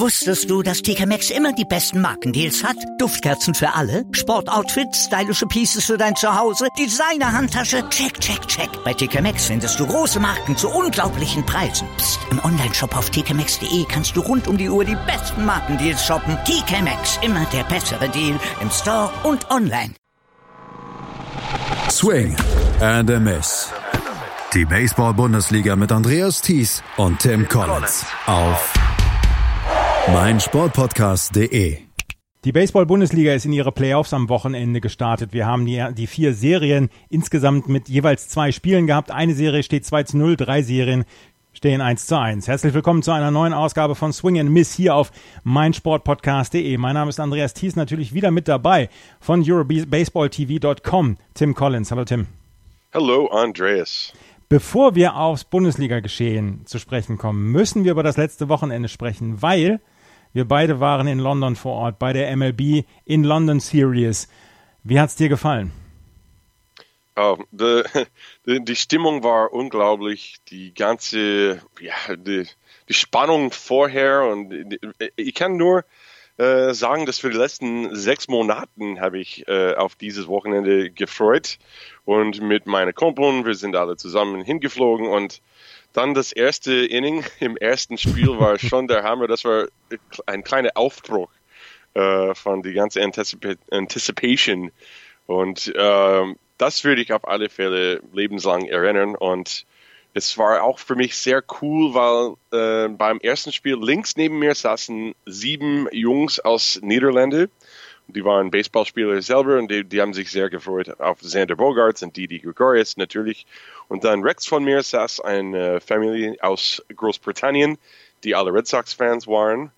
Wusstest du, dass TK Maxx immer die besten Markendeals hat? Duftkerzen für alle, Sportoutfits, stylische Pieces für dein Zuhause, Designer-Handtasche, check, check, check. Bei TK Maxx findest du große Marken zu unglaublichen Preisen. Psst. Im Onlineshop auf tkmaxx.de kannst du rund um die Uhr die besten Markendeals shoppen. TK Maxx, immer der bessere Deal im Store und online. Swing and a Miss. Die Baseball-Bundesliga mit Andreas Thies und Tim Collins auf meinsportpodcast.de. Die Baseball-Bundesliga ist in ihre Playoffs am Wochenende gestartet. Wir haben die 4 Serien insgesamt mit jeweils 2 Spielen gehabt. Eine Serie steht 2-0, 3 Serien stehen 1-1. Herzlich willkommen zu einer neuen Ausgabe von Swing and Miss hier auf meinsportpodcast.de. Mein Name ist Andreas Thies, natürlich wieder mit dabei von EuroBaseballTV.com. Tim Collins. Hallo Tim. Hallo Andreas. Bevor wir aufs Bundesliga-Geschehen zu sprechen kommen, müssen wir über das letzte Wochenende sprechen, weil wir beide waren in London vor Ort bei der MLB in London Series. Wie hat's dir gefallen? Oh, die Stimmung war unglaublich. Die ganze, die Spannung vorher, und ich kann nur sagen, dass für die letzten 6 Monaten habe ich auf dieses Wochenende gefreut. Und mit meinen Kumpeln, wir sind alle zusammen hingeflogen, und dann das erste Inning im ersten Spiel war schon der Hammer. Das war ein kleiner Aufbruch von die ganze Anticipation. Und das würde ich auf alle Fälle lebenslang erinnern. Und es war auch für mich sehr cool, weil beim ersten Spiel links neben mir saßen 7 Jungs aus Niederlande. Die waren Baseballspieler selber, und die haben sich sehr gefreut auf Xander Bogaerts und Didi Gregorius natürlich. Und dann rechts von mir saß eine Familie aus Großbritannien, die alle Red Sox-Fans waren.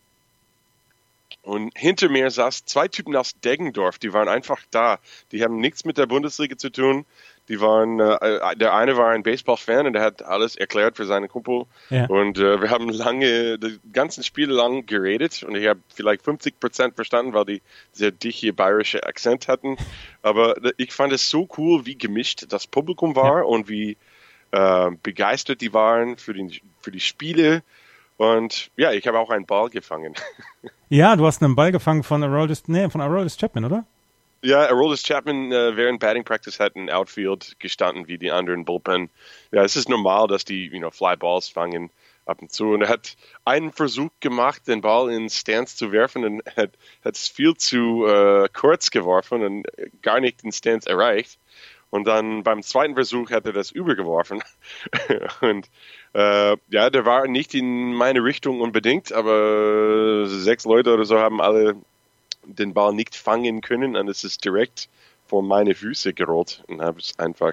Und hinter mir saß 2 Typen aus Deggendorf, die waren einfach da. Die haben nichts mit der Bundesliga zu tun. Die waren, der eine war ein Baseball-Fan, und der hat alles erklärt für seine Kumpel. Ja. Und wir haben die ganzen Spiele lang geredet, und ich habe vielleicht 50% verstanden, weil die sehr dichte bayerische Akzent hatten. Aber ich fand es so cool, wie gemischt das Publikum war, und wie begeistert die waren für die Spiele. Und ja, ich habe auch einen Ball gefangen. Ja, du hast einen Ball gefangen von Aroldis Chapman, oder? Ja, Aroldis Chapman während Batting Practice hat in Outfield gestanden wie die anderen Bullpen. Ja, es ist normal, dass die Fly Balls fangen ab und zu. Und er hat einen Versuch gemacht, den Ball in Stance zu werfen, und hat es viel zu kurz geworfen und gar nicht in Stance erreicht. Und dann beim zweiten Versuch hat er das übergeworfen. Und der war nicht in meine Richtung unbedingt, aber 6 Leute oder so haben alle den Ball nicht fangen können, und es ist direkt vor meine Füße gerollt, und habe es einfach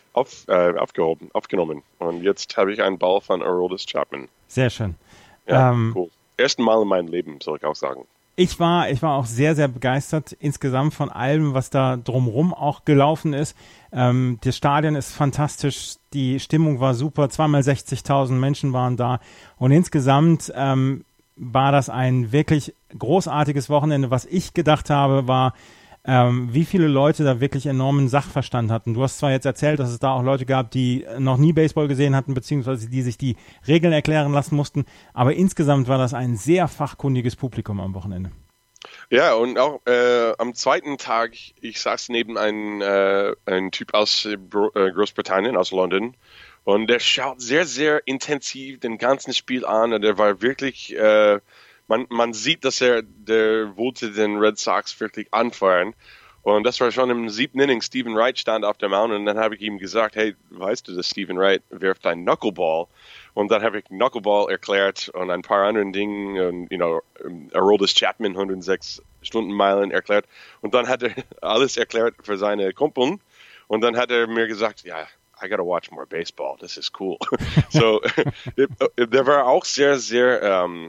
aufgenommen. Und jetzt habe ich einen Ball von Aroldis Chapman. Sehr schön. Ja, cool. Ersten Mal in meinem Leben, soll ich auch sagen. Ich war auch sehr, sehr begeistert insgesamt von allem, was da drumherum auch gelaufen ist. Das Stadion ist fantastisch, die Stimmung war super, zweimal 60.000 Menschen waren da, und insgesamt war das ein wirklich großartiges Wochenende. Was ich gedacht habe, war, wie viele Leute da wirklich enormen Sachverstand hatten. Du hast zwar jetzt erzählt, dass es da auch Leute gab, die noch nie Baseball gesehen hatten, beziehungsweise die sich die Regeln erklären lassen mussten, aber insgesamt war das ein sehr fachkundiges Publikum am Wochenende. Ja, und auch am zweiten Tag, ich saß neben einem Typ aus Großbritannien, aus London, und der schaut sehr, sehr intensiv den ganzen Spiel an, und der war wirklich, man sieht, dass der wollte den Red Sox wirklich anfeuern. Und das war schon im 7. Inning. Stephen Wright stand auf der Mound, und dann habe ich ihm gesagt, hey, weißt du, dass Stephen Wright wirft einen Knuckleball? Und dann habe ich Knuckleball erklärt und ein paar anderen Dinge, und Aroldis Chapman 106 Stundenmeilen erklärt. Und dann hat er alles erklärt für seine Kumpeln, und dann hat er mir gesagt, ja, I gotta watch more baseball. This is cool. So, der war auch sehr, sehr,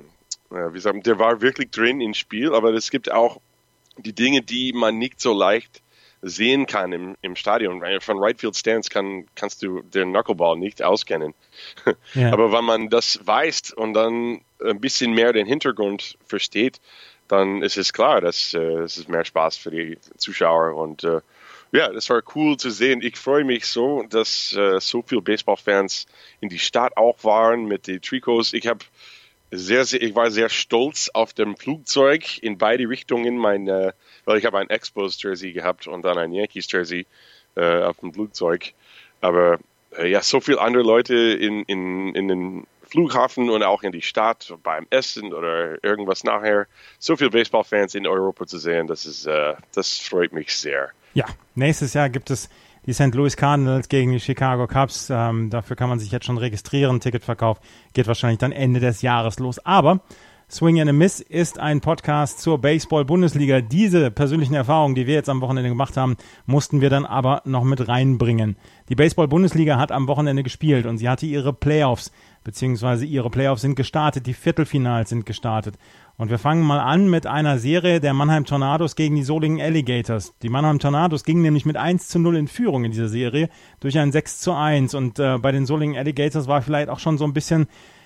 der war wirklich drin im Spiel, aber es gibt auch die Dinge, die man nicht so leicht sehen kann im Stadion. Von Right Field Stands kannst du den Knuckleball nicht auskennen. Ja. Aber wenn man das weiß und dann ein bisschen mehr den Hintergrund versteht, dann ist es klar, dass es ist mehr Spaß für die Zuschauer, und das war cool zu sehen. Ich freue mich so, dass so viele Baseballfans in die Stadt auch waren mit den Trikots. Ich habe ich war sehr stolz auf dem Flugzeug in beide Richtungen. Weil ich habe ein Expos-Jersey gehabt und dann ein Yankees-Jersey auf dem Flugzeug. Aber so viele andere Leute in den Flughafen und auch in die Stadt beim Essen oder irgendwas nachher. So viele Baseballfans in Europa zu sehen, das freut mich sehr. Ja, nächstes Jahr gibt es die St. Louis Cardinals gegen die Chicago Cubs. Dafür kann man sich jetzt schon registrieren. Ticketverkauf geht wahrscheinlich dann Ende des Jahres los. Aber Swing and a Miss ist ein Podcast zur Baseball-Bundesliga. Diese persönlichen Erfahrungen, die wir jetzt am Wochenende gemacht haben, mussten wir dann aber noch mit reinbringen. Die Baseball-Bundesliga hat am Wochenende gespielt und sie hatte ihre Playoffs, beziehungsweise ihre Playoffs sind gestartet, die Viertelfinals sind gestartet. Und wir fangen mal an mit einer Serie der Mannheim Tornados gegen die Solingen Alligators. Die Mannheim Tornados gingen nämlich mit 1:0 in Führung in dieser Serie durch ein 6:1. Und bei den Solingen Alligators war vielleicht auch schon so ein bisschen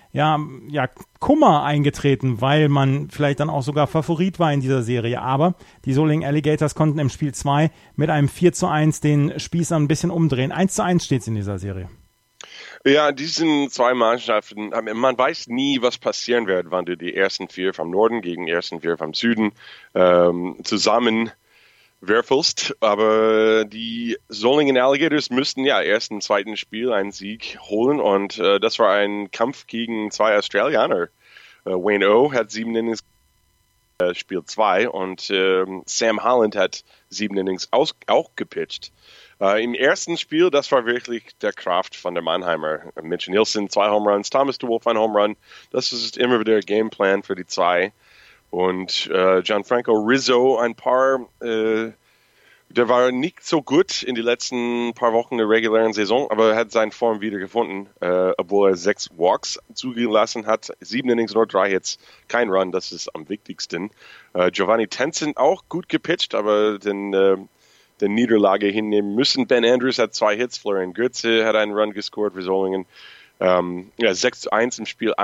Kummer eingetreten, weil man vielleicht dann auch sogar Favorit war in dieser Serie. Aber die Solingen Alligators konnten im Spiel 2 mit einem 4:1 den Spieß ein bisschen umdrehen. 1:1 steht es in dieser Serie. Ja, diesen zwei Mannschaften, man weiß nie, was passieren wird, wenn du die ersten 4 vom Norden gegen die ersten 4 vom Süden zusammen würfelst. Aber die Solingen Alligators müssten erst im zweiten Spiel einen Sieg holen und das war ein Kampf gegen 2 Australier. Wayne O hat 7 Innings Spiel 2 und Sam Holland hat 7 Innings auch gepitcht. Im ersten Spiel, das war wirklich der Kraft von der Mannheimer. Mitch Nielsen 2 Home Runs, Thomas DeWolf 1 Home Run. Das ist immer wieder der Gameplan für die 2. Und Gianfranco Rizzo ein paar, der war nicht so gut in den letzten paar Wochen der regulären Saison, aber er hat seine Form wieder gefunden, obwohl er 6 Walks zugelassen hat, 7 Innings, nur 3 Hits, kein Run, das ist am wichtigsten. Giovanni Tenson auch gut gepitcht, aber den Niederlage hinnehmen müssen. Ben Andrews hat 2 Hits, Florian Götze hat einen Run gescored für Solingen. 6:1 im Spiel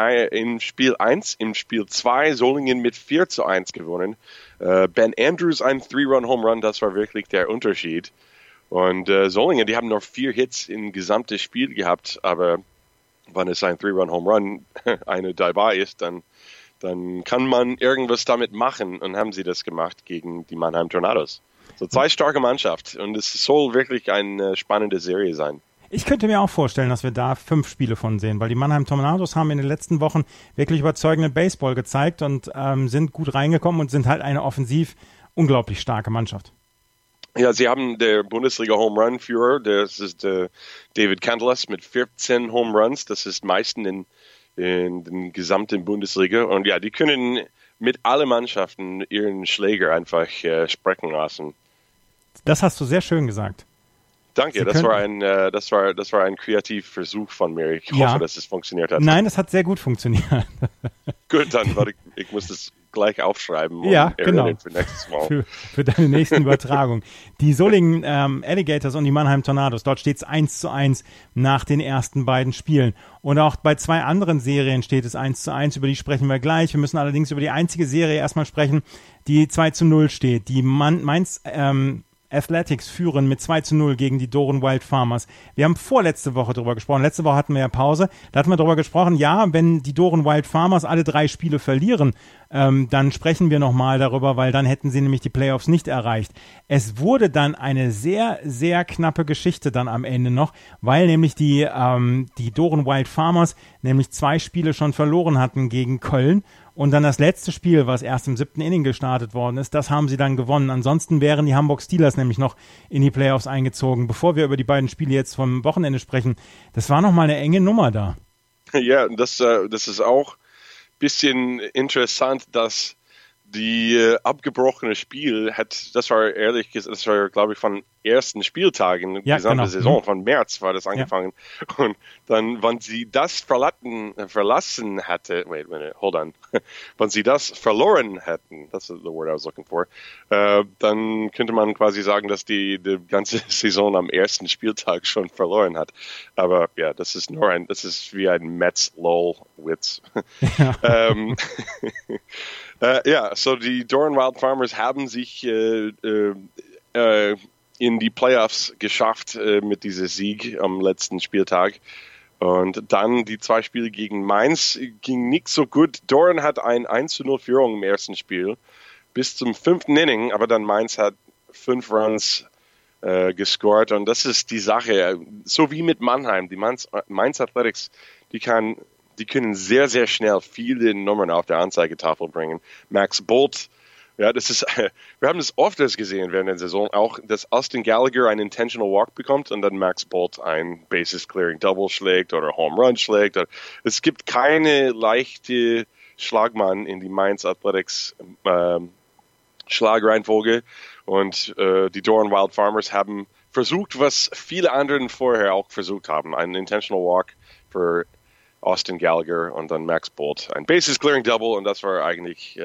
1, im Spiel 2 Solingen mit 4:1 gewonnen. Ben Andrews ein 3-Run-Home-Run, das war wirklich der Unterschied. Und Solingen, die haben noch 4 Hits im gesamten Spiel gehabt, aber wenn es ein 3-Run-Home-Run eine dabei ist, dann kann man irgendwas damit machen und haben sie das gemacht gegen die Mannheim Tornados. So 2 starke Mannschaften und es soll wirklich eine spannende Serie sein. Ich könnte mir auch vorstellen, dass wir da 5 Spiele von sehen, weil die Mannheim Tornados haben in den letzten Wochen wirklich überzeugenden Baseball gezeigt und sind gut reingekommen und sind halt eine offensiv unglaublich starke Mannschaft. Ja, sie haben der Bundesliga-Home-Run-Führer, das ist David Candelas mit 14 Home Runs, das ist meisten in den gesamten Bundesliga und ja, die können mit allen Mannschaften ihren Schläger einfach sprechen lassen. Das hast du sehr schön gesagt. Danke, das war ein Kreativversuch von mir. Ich hoffe, dass es funktioniert hat. Nein, das hat sehr gut funktioniert. Gut, dann ich muss das gleich aufschreiben. Ja, genau. Für nächstes Mal. Für deine nächsten Übertragungen. Die Solingen Alligators und die Mannheim Tornados, dort steht es 1:1 nach den ersten beiden Spielen. Und auch bei 2 anderen Serien steht es 1:1, über die sprechen wir gleich. Wir müssen allerdings über die einzige Serie erstmal sprechen, die 2:0 steht. Die Mainz Athletics führen mit 2:0 gegen die Doren Wild Farmers. Wir haben vorletzte Woche darüber gesprochen. Letzte Woche hatten wir ja Pause. Da hatten wir darüber gesprochen, ja, wenn die Doren Wild Farmers alle 3 Spiele verlieren, dann sprechen wir nochmal darüber, weil dann hätten sie nämlich die Playoffs nicht erreicht. Es wurde dann eine sehr, sehr knappe Geschichte dann am Ende noch, weil nämlich die Doren Wild Farmers nämlich 2 Spiele schon verloren hatten gegen Köln. Und dann das letzte Spiel, was erst im 7. Inning gestartet worden ist, das haben sie dann gewonnen. Ansonsten wären die Hamburg Steelers nämlich noch in die Playoffs eingezogen. Bevor wir über die beiden Spiele jetzt vom Wochenende sprechen, das war nochmal eine enge Nummer da. Ja, das ist auch ein bisschen interessant, dass die abgebrochene Spiel das war glaube ich von ersten Spieltag in der gesamten Saison, von März war das angefangen. Ja. Und dann, wenn sie das verlassen hätte, wenn sie das verloren hätten, that's the word I was looking for, dann könnte man quasi sagen, dass die ganze Saison am ersten Spieltag schon verloren hat. Aber ja, das ist wie ein Mets-Lol-Witz. Ja. So die Doren Wild Farmers haben sich in die Playoffs geschafft mit diesem Sieg am letzten Spieltag. Und dann die 2 Spiele gegen Mainz ging nicht so gut. Doran hat ein 1-0 Führung im ersten Spiel bis zum 5. Inning, aber dann Mainz hat 5 Runs gescored. Und das ist die Sache. So wie mit Mannheim. Die Mainz Athletics, die können sehr, sehr schnell viele Nummern auf der Anzeigetafel bringen. Max Bolt, ja, wir haben das oft gesehen während der Saison, auch, dass Austin Gallagher einen Intentional Walk bekommt und dann Max Bolt ein Bases Clearing Double schlägt oder Home Run schlägt. Es gibt keine leichte Schlagmann in die Mainz Athletics Schlagreihenfolge und die Doran Wild Farmers haben versucht, was viele anderen vorher auch versucht haben, einen Intentional Walk für Austin Gallagher und dann Max Bolt, ein Bases Clearing Double, und das war eigentlich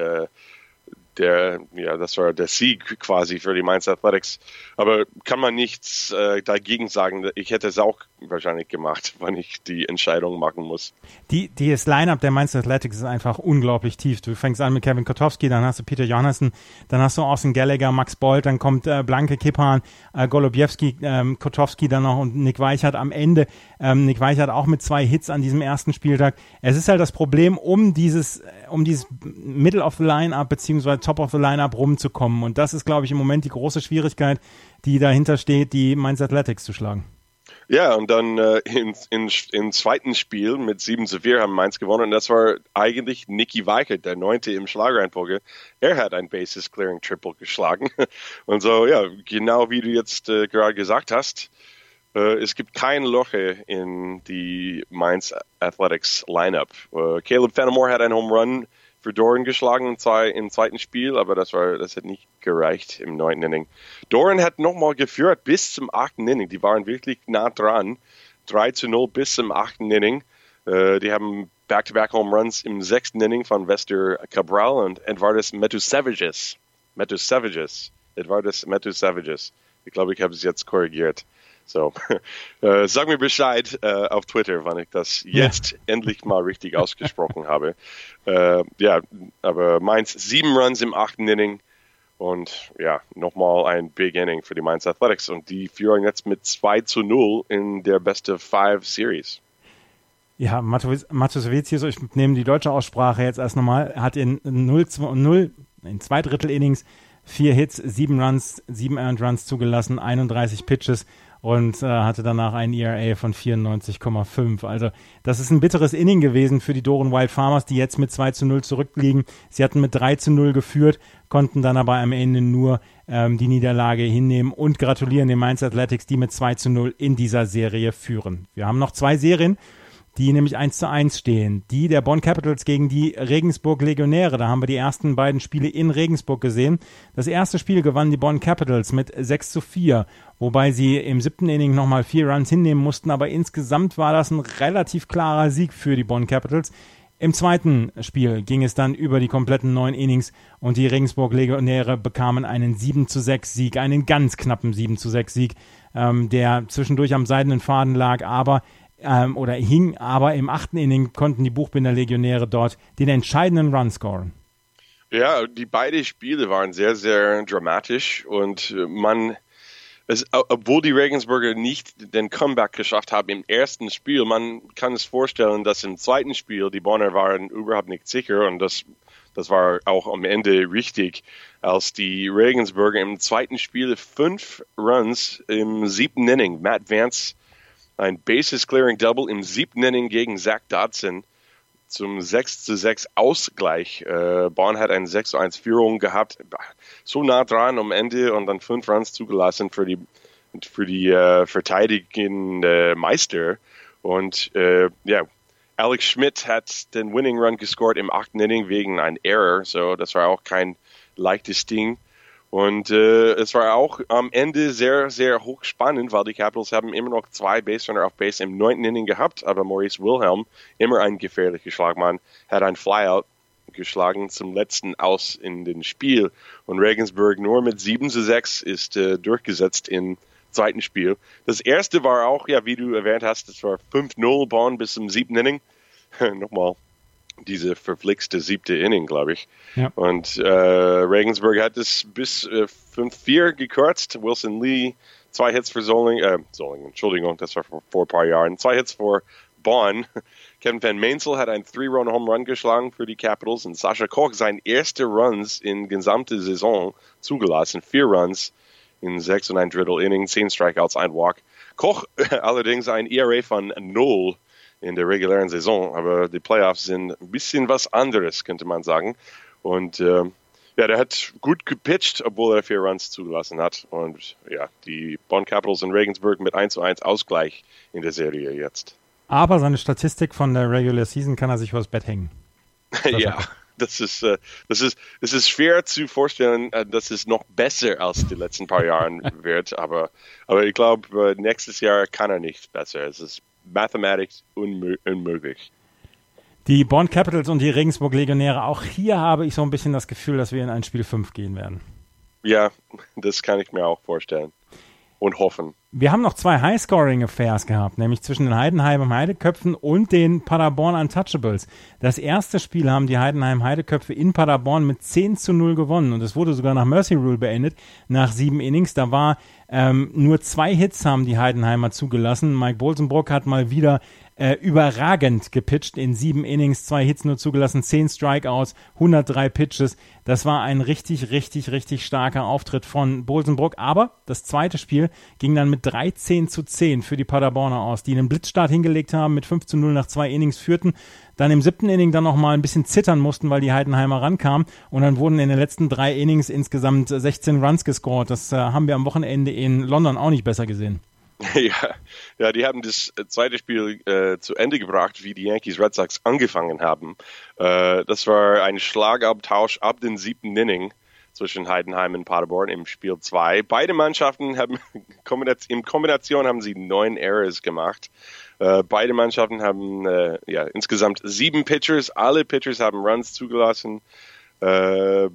das war der Sieg quasi für die Mainz Athletics. Aber kann man nichts dagegen sagen. Ich hätte es auch wahrscheinlich gemacht, wenn ich die Entscheidung machen muss. Das Line-Up der Mainz Athletics ist einfach unglaublich tief. Du fängst an mit Kevin Kotowski, dann hast du Peter Johannessen, dann hast du Austin Gallagher, Max Bolt, dann kommt Blanke Kippan, Golubiewski, Kotowski dann noch und Nick Weichert am Ende. Nick Weichert auch mit 2 Hits an diesem ersten Spieltag. Es ist halt das Problem, um dieses Middle of the Line-Up beziehungsweise Top of the Line-Up rumzukommen. Und das ist, glaube ich, im Moment die große Schwierigkeit, die dahinter steht, die Mainz Athletics zu schlagen. Ja, und dann im zweiten Spiel mit 7-4 haben Mainz gewonnen. Und das war eigentlich Nicky Weichert, der 9. im Schlagreihenfolge. Er hat ein Bases Clearing Triple geschlagen. Und so, ja, genau wie du jetzt gerade gesagt hast, es gibt kein Loch in die Mainz Athletics Lineup. Caleb Fenimore hat einen Home Run für Doran geschlagen im zweiten Spiel, aber das hat nicht gereicht im 9. Inning. Doran hat nochmal geführt bis zum 8. Inning. Die waren wirklich nah dran. 3-0 bis zum 8. Inning. Die haben Back-to-Back Home Runs im 6. Inning von Vester Cabral und Edvardas Metusevicius. Ich glaube, ich habe es jetzt korrigiert. So, sag mir Bescheid auf Twitter, wann ich das jetzt endlich mal richtig ausgesprochen habe. Aber Mainz 7 Runs im 8. Inning und ja, nochmal ein Big Inning für die Mainz Athletics und die führen jetzt mit 2-0 in der Best of 5 Series. Ja, Matusevicius, ich nehme die deutsche Aussprache jetzt erst nochmal, hat in 2 Drittel Innings 4 Hits, 7 Runs, 7 Earned Runs zugelassen, 31 Pitches und hatte danach einen ERA von 94,5. Also das ist ein bitteres Inning gewesen für die Doran Wild Farmers, die jetzt mit 2-0 zurückliegen. Sie hatten mit 3-0 geführt, konnten dann aber am Ende nur die Niederlage hinnehmen und gratulieren den Mainz Athletics, die mit 2-0 in dieser Serie führen. Wir haben noch 2 Serien, die nämlich 1-1 stehen. Die der Bonn Capitals gegen die Regensburg Legionäre. Da haben wir die ersten beiden Spiele in Regensburg gesehen. Das erste Spiel gewannen die Bonn Capitals mit 6-4, wobei sie im 7. Inning nochmal 4 Runs hinnehmen mussten, aber insgesamt war das ein relativ klarer Sieg für die Bonn Capitals. Im zweiten Spiel ging es dann über die kompletten 9 Innings und die Regensburg Legionäre bekamen einen 7-6 Sieg, einen ganz knappen 7-6 Sieg, der zwischendurch am seidenen Faden lag, aber hing, aber im 8. Inning konnten die Buchbinder Legionäre dort den entscheidenden Run scoren. Ja, die beiden Spiele waren sehr, sehr dramatisch und obwohl die Regensburger nicht den Comeback geschafft haben im ersten Spiel, man kann es vorstellen, dass im zweiten Spiel die Bonner waren überhaupt nicht sicher und das war auch am Ende richtig, als die Regensburger im zweiten Spiel 5 Runs im 7. Inning, Matt Vance ein Bases-Clearing-Double im 7. Inning gegen Zach Dodson zum 6-6 Ausgleich. Bonn hat eine 6-1 Führung gehabt, so nah dran am Ende und dann 5 Runs zugelassen für die verteidigende Meister. Und Alex Schmidt hat den Winning Run gescored im 8. Inning wegen einem Error, so das war auch kein leichtes Ding. Und es war auch am Ende sehr, sehr hochspannend, weil die Capitals haben immer noch 2 Baserunner auf Base im 9. Inning gehabt, aber Maurice Wilhelm, immer ein gefährlicher Schlagmann, hat ein Flyout geschlagen zum letzten Aus in den Spiel. Und Regensburg nur mit 7-6 ist durchgesetzt im zweiten Spiel. Das erste war auch, ja, wie du erwähnt hast, das war 5-0 Bonn bis zum 7. Inning. Nochmal. Diese verflixte 7. Inning, glaube ich. Ja. Und Regensburg hat es bis 5-4 gekürzt. Wilson Lee, 2 Hits für Solling, Entschuldigung, das war vor ein paar Jahren. 2 Hits für Paderborn. Kevin Van Mainzel hat einen 3-Run Home Run geschlagen für die Capitals und Sascha Koch seine erste Runs in gesamte Saison zugelassen. 4 Runs in 6 1/3 Innings, 10 Strikeouts, 1 Walk. Koch allerdings ein ERA von 0 in der regulären Saison, aber die Playoffs sind ein bisschen was anderes, könnte man sagen. Und der hat gut gepitcht, obwohl er 4 Runs zugelassen hat. Und ja, die Bonn Capitals in Regensburg mit 1:1 Ausgleich in der Serie jetzt. Aber seine Statistik von der Regular Season kann er sich vors Bett hängen. Ja, das ist schwer zu vorstellen, dass es noch besser als die letzten paar Jahre wird. Aber ich glaube, nächstes Jahr kann er nicht besser. Es ist mathematisch unmöglich. Die Bonn Capitals und die Regensburg Legionäre, auch hier habe ich so ein bisschen das Gefühl, dass wir in ein Spiel 5 gehen werden. Ja, das kann ich mir auch vorstellen und hoffen. Wir haben noch 2 High-Scoring-Affairs gehabt, nämlich zwischen den Heidenheim Heideköpfen und den Paderborn Untouchables. Das erste Spiel haben die Heidenheim Heideköpfe in Paderborn mit 10:0 gewonnen und es wurde sogar nach Mercy Rule beendet, nach 7 Innings. Da war nur 2 Hits haben die Heidenheimer zugelassen. Mike Bolsenbrock hat mal wieder überragend gepitcht in 7 Innings, 2 Hits nur zugelassen, 10 Strikeouts, 103 Pitches. Das war ein richtig, richtig, richtig starker Auftritt von Bolsenbrock. Aber das zweite Spiel ging dann mit 13:10 für die Paderborner aus, die einen Blitzstart hingelegt haben, mit 5:0 nach 2 Innings führten. Dann im 7. Inning dann nochmal ein bisschen zittern mussten, weil die Heidenheimer rankamen. Und dann wurden in den letzten 3 Innings insgesamt 16 Runs gescored. Das haben wir am Wochenende in London auch nicht besser gesehen. Ja, die haben das zweite Spiel zu Ende gebracht, wie die Yankees Red Sox angefangen haben. Das war ein Schlagabtausch ab dem 7. Inning zwischen Heidenheim und Paderborn im Spiel 2. Beide Mannschaften haben in Kombination haben sie 9 Errors gemacht. Beide Mannschaften haben insgesamt 7 Pitchers. Alle Pitchers haben Runs zugelassen. Das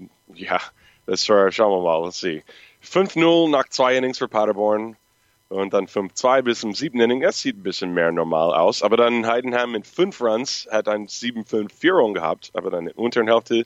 war, schauen wir mal, let's see. 5:0 nach 2 Innings für Paderborn. Und dann 5:2 bis zum 7. Inning. Es sieht ein bisschen mehr normal aus. Aber dann Heidenheim mit 5 Runs hat ein 7:5 Führung gehabt. Aber dann in der unteren Hälfte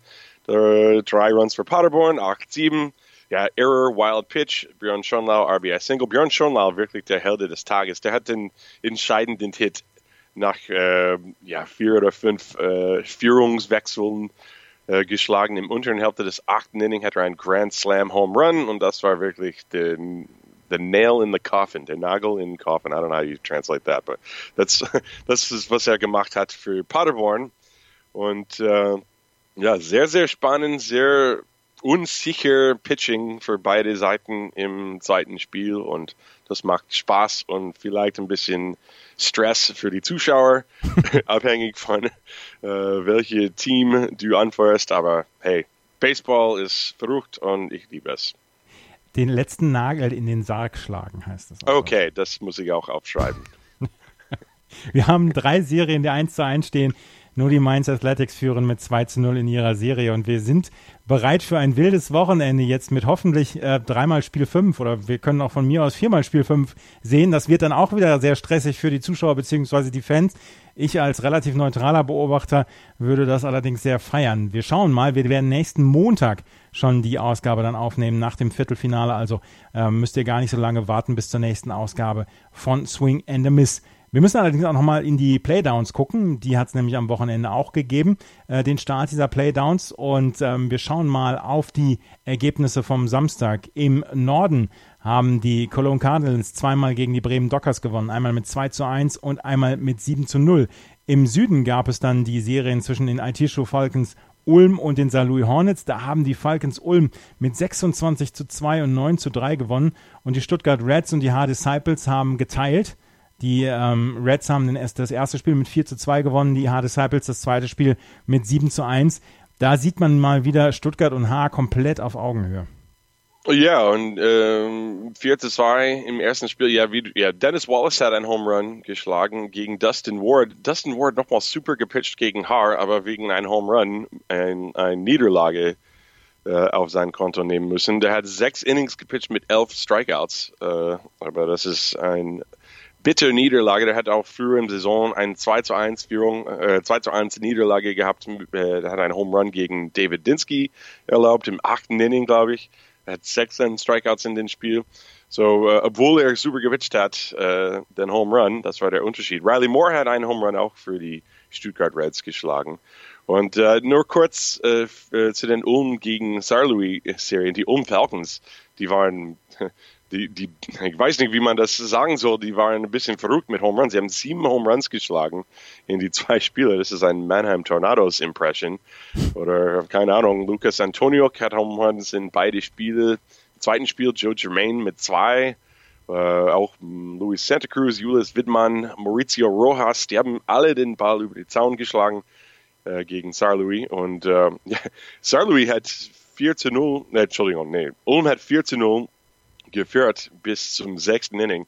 3 Runs für Paderborn, 8:7. Ja, Error, Wild Pitch, Björn Schonlau, RBI Single. Björn Schonlau, wirklich der Held des Tages. Der hat den entscheidenden Hit nach 4 oder 5 Führungswechseln geschlagen. Im unteren Hälfte des 8. Inning hat er einen Grand Slam Home Run und das war wirklich the nail in the coffin, der Nagel in den Coffin. I don't know how you translate that, but das ist, was er gemacht hat für Paderborn. Und sehr, sehr spannend, sehr unsicher Pitching für beide Seiten im zweiten Spiel und das macht Spaß und vielleicht ein bisschen Stress für die Zuschauer, abhängig von welches Team du anfeuerst. Aber hey, Baseball ist verrückt und ich liebe es. Den letzten Nagel in den Sarg schlagen, heißt es. Also. Okay, das muss ich auch aufschreiben. Wir haben 3 Serien, die 1:1 stehen. Nur die Mainz Athletics führen mit 2:0 in ihrer Serie und wir sind bereit für ein wildes Wochenende jetzt mit hoffentlich 3-mal Spiel 5 oder wir können auch von mir aus 4-mal Spiel 5 sehen. Das wird dann auch wieder sehr stressig für die Zuschauer bzw. die Fans. Ich als relativ neutraler Beobachter würde das allerdings sehr feiern. Wir schauen mal, wir werden nächsten Montag schon die Ausgabe dann aufnehmen nach dem Viertelfinale, also müsst ihr gar nicht so lange warten bis zur nächsten Ausgabe von Swing and a Miss. Wir müssen allerdings auch nochmal in die Playdowns gucken, die hat es nämlich am Wochenende auch gegeben, den Start dieser Playdowns und wir schauen mal auf die Ergebnisse vom Samstag. Im Norden haben die Cologne Cardinals 2-mal gegen die Bremen Dockers gewonnen, einmal mit 2:1 und einmal mit 7:0. Im Süden gab es dann die Serien zwischen den IT-Show Falcons Ulm und den St. Louis Hornets. Da haben die Falcons Ulm mit 26:2 und 9:3 gewonnen und die Stuttgart Reds und die H-Disciples haben geteilt. Die Reds haben das erste Spiel mit 4:2 gewonnen, die H-Disciples das zweite Spiel mit 7:1. Da sieht man mal wieder Stuttgart und H komplett auf Augenhöhe. Ja, und 4:2 im ersten Spiel, Dennis Wallace hat einen Home Run geschlagen gegen Dustin Ward. Dustin Ward nochmal super gepitcht gegen Haar, aber wegen einem Home Run eine Niederlage auf sein Konto nehmen müssen. Der hat 6 Innings gepitcht mit 11 Strikeouts, aber das ist ein bitter Niederlage. Der hat auch früher in der Saison eine 2:1 Führung, 2:1 Niederlage gehabt. Der hat einen Home Run gegen David Dinsky erlaubt, im 8. Inning, glaube ich. Er hat 16 Strikeouts in dem Spiel. So, obwohl er super gewitcht hat, den Home Run, das war der Unterschied. Riley Moore hat einen Home Run auch für die Stuttgart Reds geschlagen. Und nur kurz zu den Ulm gegen Saarlouis-Serien. Die Ulm Falcons, die waren, ich weiß nicht, wie man das sagen soll, die waren ein bisschen verrückt mit Home Runs. Sie haben 7 Home Runs geschlagen in die 2 Spiele. Das ist ein Mannheim Tornadoes Impression. Oder, keine Ahnung, Lucas Antonio hat Home Runs in beide Spiele. Im zweiten Spiel Joe Germain mit 2. Auch Luis Santa Cruz, Julius Widmann, Mauricio Rojas, die haben alle den Ball über die Zaun geschlagen gegen Saarlouis. Und Saarlouis hat 4-0, Ulm hat 4-0 geführt bis zum 6. Inning.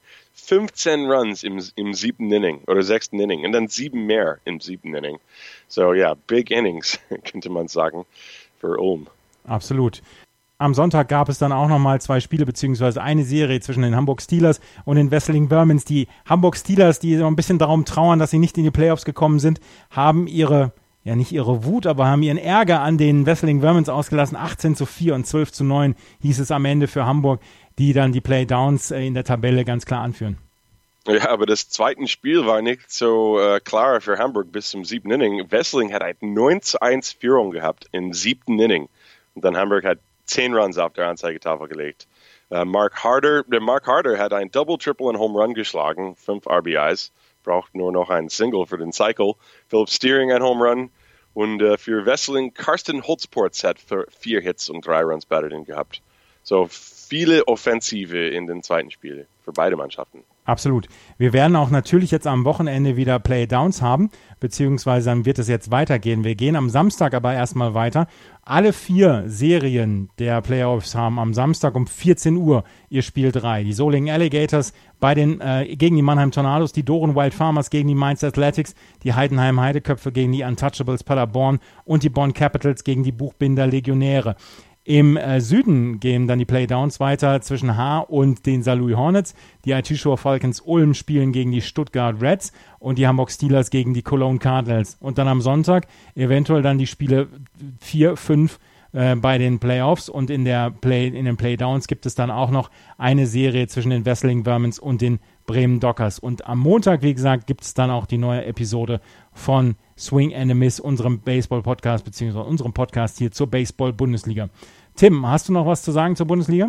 15 Runs im 7. Inning oder 6. Inning und dann 7 mehr im 7. Inning. So big Innings, könnte man sagen, für Ulm. Absolut. Am Sonntag gab es dann auch nochmal 2 Spiele, beziehungsweise eine Serie zwischen den Hamburg Steelers und den Wesseling Vermins. Die Hamburg Steelers, die so ein bisschen darum trauern, dass sie nicht in die Playoffs gekommen sind, haben nicht ihre Wut, aber haben ihren Ärger an den Wesseling Vermins ausgelassen. 18-4 und 12-9 hieß es am Ende für Hamburg, die dann die Playdowns in der Tabelle ganz klar anführen. Ja, aber das zweite Spiel war nicht so klar für Hamburg bis zum 7. Inning. Wesseling hat eine 9-1 Führung gehabt im 7. Inning. Und dann Hamburg hat 10 Runs auf der Anzeigetafel gelegt. Mark Harder hat ein Double, Triple und Home Run geschlagen, 5 RBIs, braucht nur noch ein Single für den Cycle. Philip Steering ein Home Run und für Wesseling Karsten Holzports hat 4 Hits und 3 Runs batted gehabt. So viele Offensive in den zweiten Spiel für beide Mannschaften. Absolut. Wir werden auch natürlich jetzt am Wochenende wieder Playdowns haben, beziehungsweise dann wird es jetzt weitergehen. Wir gehen am Samstag aber erstmal weiter. Alle 4 Serien der Playoffs haben am Samstag um 14 Uhr ihr Spiel 3. Die Solingen Alligators gegen die Mannheim Tornados, die Doren Wild Farmers gegen die Mainz Athletics, die Heidenheim Heideköpfe gegen die Untouchables Paderborn und die Bonn Capitals gegen die Buchbinder Legionäre. Im Süden gehen dann die Playdowns weiter zwischen H und den Saarlouis Hornets. Die IT-Show Falcons Ulm spielen gegen die Stuttgart Reds und die Hamburg Steelers gegen die Cologne Cardinals. Und dann am Sonntag eventuell dann die Spiele 4, 5 bei den Playoffs und in den Playdowns gibt es dann auch noch eine Serie zwischen den Wesseling Vermins und den Bremen Dockers. Und am Montag, wie gesagt, gibt es dann auch die neue Episode von Swing and a Miss, unserem Baseball-Podcast, beziehungsweise unserem Podcast hier zur Baseball-Bundesliga. Tim, hast du noch was zu sagen zur Bundesliga?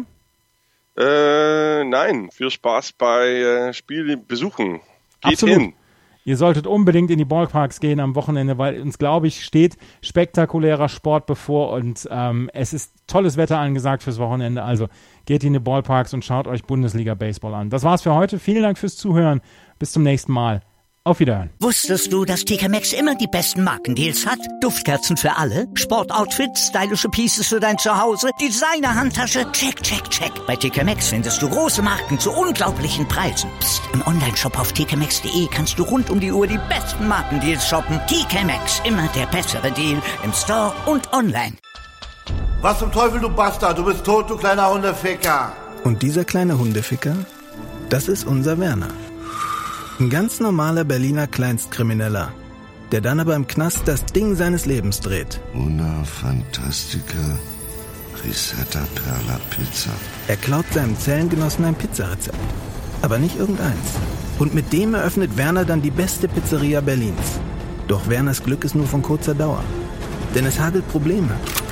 Nein, viel Spaß bei Spielbesuchen. Geht Absolut. Hin. Ihr solltet unbedingt in die Ballparks gehen am Wochenende, weil uns, glaube ich, steht spektakulärer Sport bevor und es ist tolles Wetter angesagt fürs Wochenende. Also geht in die Ballparks und schaut euch Bundesliga-Baseball an. Das war's für heute. Vielen Dank fürs Zuhören. Bis zum nächsten Mal. Auf Wiederhören. Wusstest du, dass TK Maxx immer die besten Markendeals hat? Duftkerzen für alle, Sportoutfits, stylische Pieces für dein Zuhause, Designer-Handtasche, check, check, check. Bei TK Maxx findest du große Marken zu unglaublichen Preisen. Psst. Im Onlineshop auf tkmaxx.de kannst du rund um die Uhr die besten Markendeals shoppen. TK Maxx, immer der bessere Deal im Store und online. Was zum Teufel, du Bastard? Du bist tot, du kleiner Hundeficker. Und dieser kleine Hundeficker, das ist unser Werner. Ein ganz normaler Berliner Kleinstkrimineller, der dann aber im Knast das Ding seines Lebens dreht. Una Fantastica Risetta Perla Pizza. Er klaut seinem Zellengenossen ein Pizzarezept, aber nicht irgendeins. Und mit dem eröffnet Werner dann die beste Pizzeria Berlins. Doch Werners Glück ist nur von kurzer Dauer, denn es hagelt Probleme.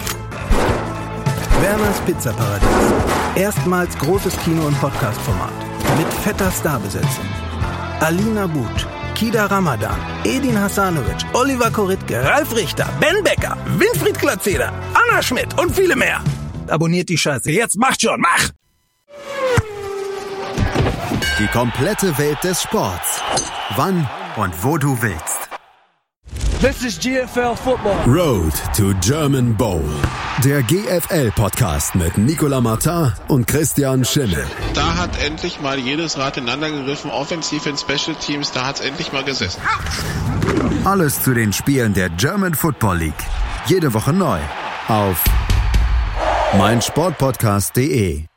Werners Pizzaparadies. Erstmals großes Kino- und Podcast-Format. Mit fetter Starbesetzung. Alina But, Kida Ramadan, Edin Hasanovic, Oliver Koritke, Ralf Richter, Ben Becker, Winfried Glatzeder, Anna Schmidt und viele mehr. Abonniert die Scheiße. Jetzt macht schon, mach! Die komplette Welt des Sports. Wann und wo du willst. This is GFL Football. Road to German Bowl. Der GFL-Podcast mit Nicolas Martin und Christian Schimmel. Da hat endlich mal jedes Rad ineinander gegriffen, offensiv in Special Teams, da hat es endlich mal gesessen. Alles zu den Spielen der German Football League. Jede Woche neu auf meinsportpodcast.de.